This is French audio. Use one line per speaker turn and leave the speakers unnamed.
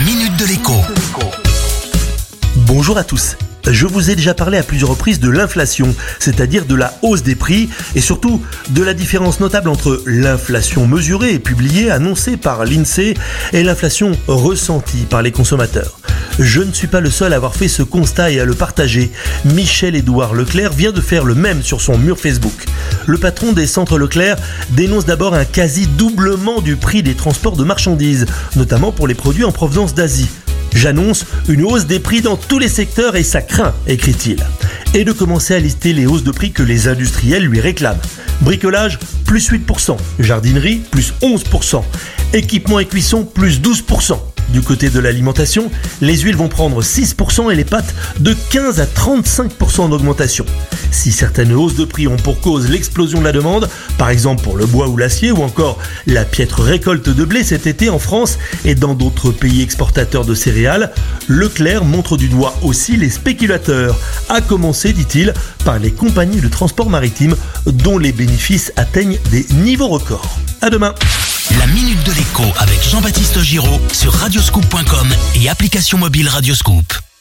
Minute de l'écho.
Bonjour à tous. Je vous ai déjà parlé à plusieurs reprises de l'inflation, c'est-à-dire de la hausse des prix et surtout de la différence notable entre l'inflation mesurée et publiée, annoncée par l'INSEE et l'inflation ressentie par les consommateurs. Je ne suis pas le seul à avoir fait ce constat et à le partager. Michel-Édouard Leclerc vient de faire le même sur son mur Facebook. Le patron des centres Leclerc dénonce d'abord un quasi-doublement du prix des transports de marchandises, notamment pour les produits en provenance d'Asie. J'annonce une hausse des prix dans tous les secteurs et ça craint, écrit-il. Et de commencer à lister les hausses de prix que les industriels lui réclament. Bricolage, plus 8%. Jardinerie, plus 11%. Équipement et cuisson, plus 12%. Du côté de l'alimentation, les huiles vont prendre 6% et les pâtes de 15 à 35% d'augmentation. Si certaines hausses de prix ont pour cause l'explosion de la demande, par exemple pour le bois ou l'acier ou encore la piètre récolte de blé cet été en France et dans d'autres pays exportateurs de céréales, Leclerc montre du doigt aussi les spéculateurs, à commencer, dit-il, par les compagnies de transport maritime dont les bénéfices atteignent des niveaux records. À demain.
La Minute de l'écho avec Jean-Baptiste Giraud sur radioscoop.com et application mobile Radioscoop.